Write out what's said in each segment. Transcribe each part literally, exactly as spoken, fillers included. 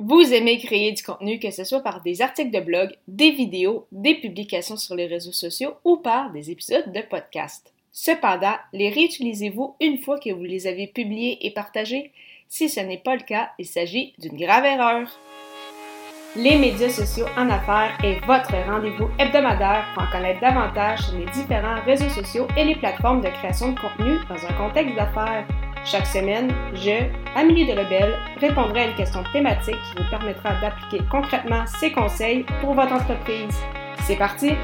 Vous aimez créer du contenu, que ce soit par des articles de blog, des vidéos, des publications sur les réseaux sociaux ou par des épisodes de podcast. Cependant, les réutilisez-vous une fois que vous les avez publiés et partagés? Si ce n'est pas le cas, il s'agit d'une grave erreur. Les médias sociaux en affaires est votre rendez-vous hebdomadaire pour en connaître davantage sur les différents réseaux sociaux et les plateformes de création de contenu dans un contexte d'affaires. Chaque semaine, je, Amélie Delebel, répondrai à une question thématique qui vous permettra d'appliquer concrètement ces conseils pour votre entreprise. C'est parti!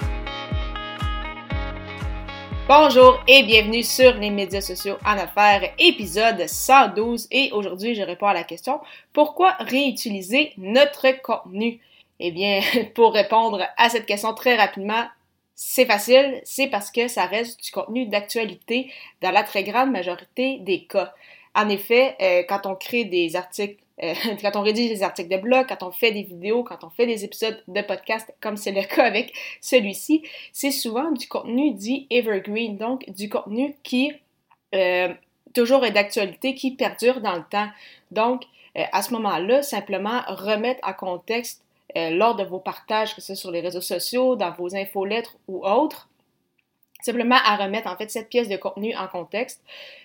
Bonjour et bienvenue sur les médias sociaux en affaires, épisode cent douze. Et aujourd'hui, je réponds à la question « Pourquoi réutiliser notre contenu? » Eh bien, pour répondre à cette question très rapidement, c'est facile, c'est parce que ça reste du contenu d'actualité dans la très grande majorité des cas. En effet, euh, quand on crée des articles, euh, quand on rédige des articles de blog, quand on fait des vidéos, quand on fait des épisodes de podcast, comme c'est le cas avec celui-ci, c'est souvent du contenu dit evergreen, donc du contenu qui euh, toujours est d'actualité, qui perdure dans le temps. Donc, euh, à ce moment-là, simplement remettre en contexte Euh, lors de vos partages, que ce soit sur les réseaux sociaux, dans vos infolettres ou autres, simplement à remettre en fait cette pièce de contenu en contexte.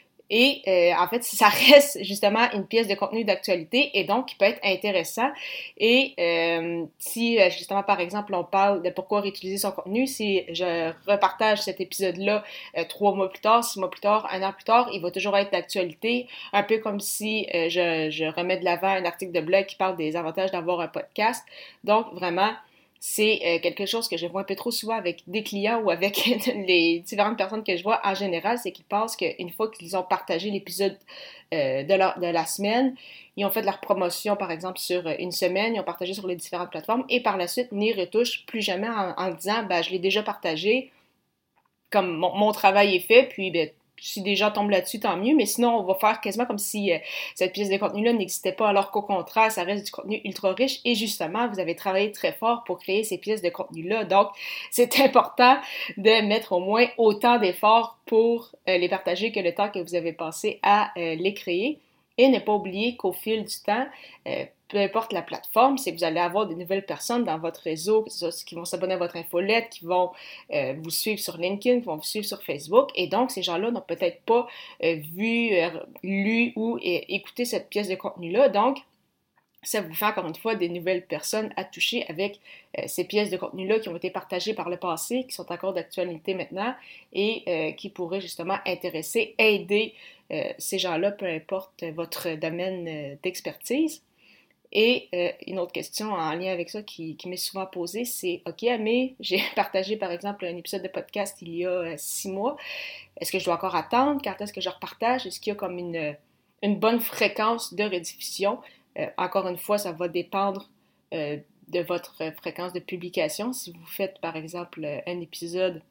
Et euh, en fait, ça reste justement une pièce de contenu d'actualité et donc qui peut être intéressant. Et euh, si justement, par exemple, on parle de pourquoi réutiliser son contenu, si je repartage cet épisode-là euh, trois mois plus tard, six mois plus tard, un an plus tard, il va toujours être d'actualité. Un peu comme si euh, je, je remets de l'avant un article de blog qui parle des avantages d'avoir un podcast. Donc, vraiment, c'est euh, quelque chose que je vois un peu trop souvent avec des clients ou avec les différentes personnes que je vois en général, c'est qu'ils pensent qu'une fois qu'ils ont partagé l'épisode euh, de, leur, de la semaine, ils ont fait de leur promotion, par exemple, sur une semaine, ils ont partagé sur les différentes plateformes et par la suite n'y retouchent plus jamais en, en disant ben, « je l'ai déjà partagé, comme mon, mon travail est fait, puis ben, si des gens tombent là-dessus, tant mieux, mais sinon, on va faire quasiment comme si euh, cette pièce de contenu-là n'existait pas, alors qu'au contraire, ça reste du contenu ultra riche, et justement, vous avez travaillé très fort pour créer ces pièces de contenu-là, donc c'est important de mettre au moins autant d'efforts pour euh, les partager que le temps que vous avez passé à euh, les créer, et ne pas oublier qu'au fil du temps, euh, peu importe la plateforme, c'est que vous allez avoir de nouvelles personnes dans votre réseau qui vont s'abonner à votre infolette, qui vont euh, vous suivre sur LinkedIn, qui vont vous suivre sur Facebook. Et donc, ces gens-là n'ont peut-être pas euh, vu, euh, lu ou euh, écouté cette pièce de contenu-là. Donc, ça vous fait encore une fois des nouvelles personnes à toucher avec euh, ces pièces de contenu-là qui ont été partagées par le passé, qui sont encore d'actualité maintenant et euh, qui pourraient justement intéresser, aider euh, ces gens-là, peu importe votre domaine euh, d'expertise. Et euh, une autre question en lien avec ça qui, qui m'est souvent posée, c'est « Ok, Amé, j'ai partagé par exemple un épisode de podcast il y a euh, six mois. Est-ce que je dois encore attendre? Quand est-ce que je repartage? Est-ce qu'il y a comme une, une bonne fréquence de rediffusion? Euh, encore une fois, ça va dépendre euh, de votre fréquence de publication. Si vous faites par exemple un épisode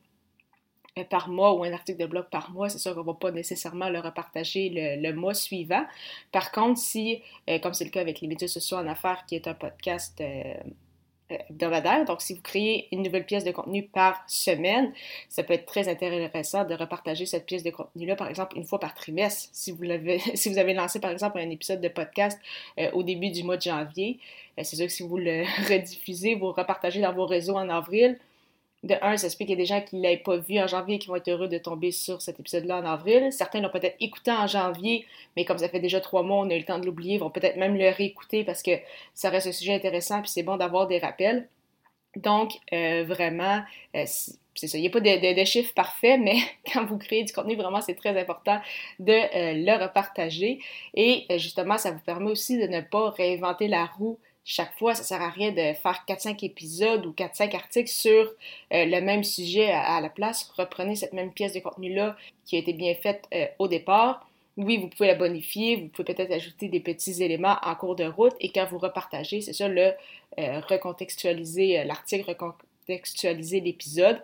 par mois ou un article de blog par mois, c'est sûr qu'on ne va pas nécessairement le repartager le, le mois suivant. Par contre, si, euh, comme c'est le cas avec les médias sociaux en affaires, qui est un podcast euh, hebdomadaire, donc si vous créez une nouvelle pièce de contenu par semaine, ça peut être très intéressant de repartager cette pièce de contenu-là, par exemple, une fois par trimestre. Si vous, l'avez, si vous avez lancé, par exemple, un épisode de podcast euh, au début du mois de janvier, euh, c'est sûr que si vous le rediffusez, vous le repartagez dans vos réseaux en avril, de un, ça se peut qu'il y ait des gens qui ne l'aient pas vu en janvier et qui vont être heureux de tomber sur cet épisode-là en avril. Certains l'ont peut-être écouté en janvier, mais comme ça fait déjà trois mois, on a eu le temps de l'oublier, ils vont peut-être même le réécouter parce que ça reste un sujet intéressant puis c'est bon d'avoir des rappels. Donc, euh, vraiment, euh, c'est ça, il n'y a pas de, de, de chiffres parfaits, mais quand vous créez du contenu, vraiment, c'est très important de euh, le repartager. Et euh, justement, ça vous permet aussi de ne pas réinventer la roue chaque fois. Ça ne sert à rien de faire quatre cinq épisodes ou quatre cinq articles sur euh, le même sujet à, à la place. Reprenez cette même pièce de contenu-là qui a été bien faite euh, au départ. Oui, vous pouvez la bonifier, vous pouvez peut-être ajouter des petits éléments en cours de route et quand vous repartagez, c'est ça, le euh, recontextualiser euh, l'article, recontextualiser l'épisode,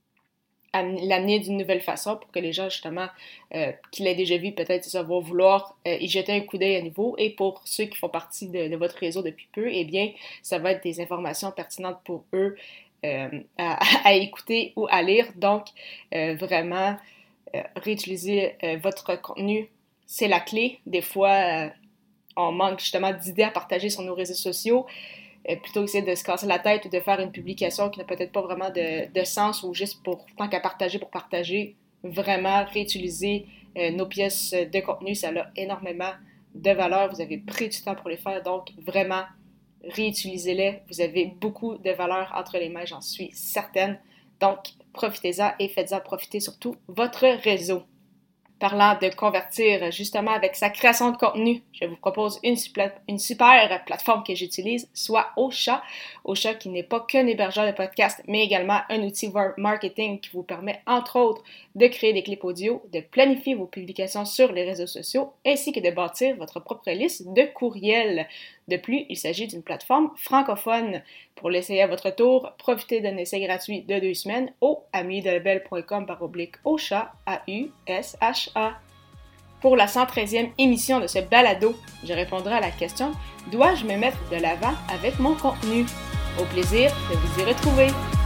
l'amener d'une nouvelle façon pour que les gens, justement, euh, qui l'aient déjà vu, peut-être, ça, vont vouloir euh, y jeter un coup d'œil à nouveau. Et pour ceux qui font partie de, de votre réseau depuis peu, eh bien, ça va être des informations pertinentes pour eux euh, à, à écouter ou à lire. Donc, euh, vraiment, euh, réutiliser euh, votre contenu, c'est la clé. Des fois, euh, on manque justement d'idées à partager sur nos réseaux sociaux, euh, plutôt que de se casser la tête ou de faire une publication qui n'a peut-être pas vraiment de, de sens ou juste pour tant qu'à partager pour partager, vraiment réutiliser euh, nos pièces de contenu, ça a énormément de valeur. Vous avez pris du temps pour les faire, donc vraiment réutilisez-les. Vous avez beaucoup de valeur entre les mains, j'en suis certaine. Donc, profitez-en et faites-en profiter surtout votre réseau. Parlant de convertir justement avec sa création de contenu, je vous propose une, une super plateforme que j'utilise, soit Ocha. Ocha qui n'est pas qu'un hébergeur de podcast, mais également un outil marketing qui vous permet entre autres de créer des clips audio, de planifier vos publications sur les réseaux sociaux, ainsi que de bâtir votre propre liste de courriels. De plus, il s'agit d'une plateforme francophone. Pour l'essayer à votre tour, profitez d'un essai gratuit de deux semaines au amelie delebel point com barre oblique Ocha, A U S H A. Pour la cent treizième émission de ce balado, je répondrai à la question « Dois-je me mettre de l'avant avec mon contenu? » Au plaisir de vous y retrouver!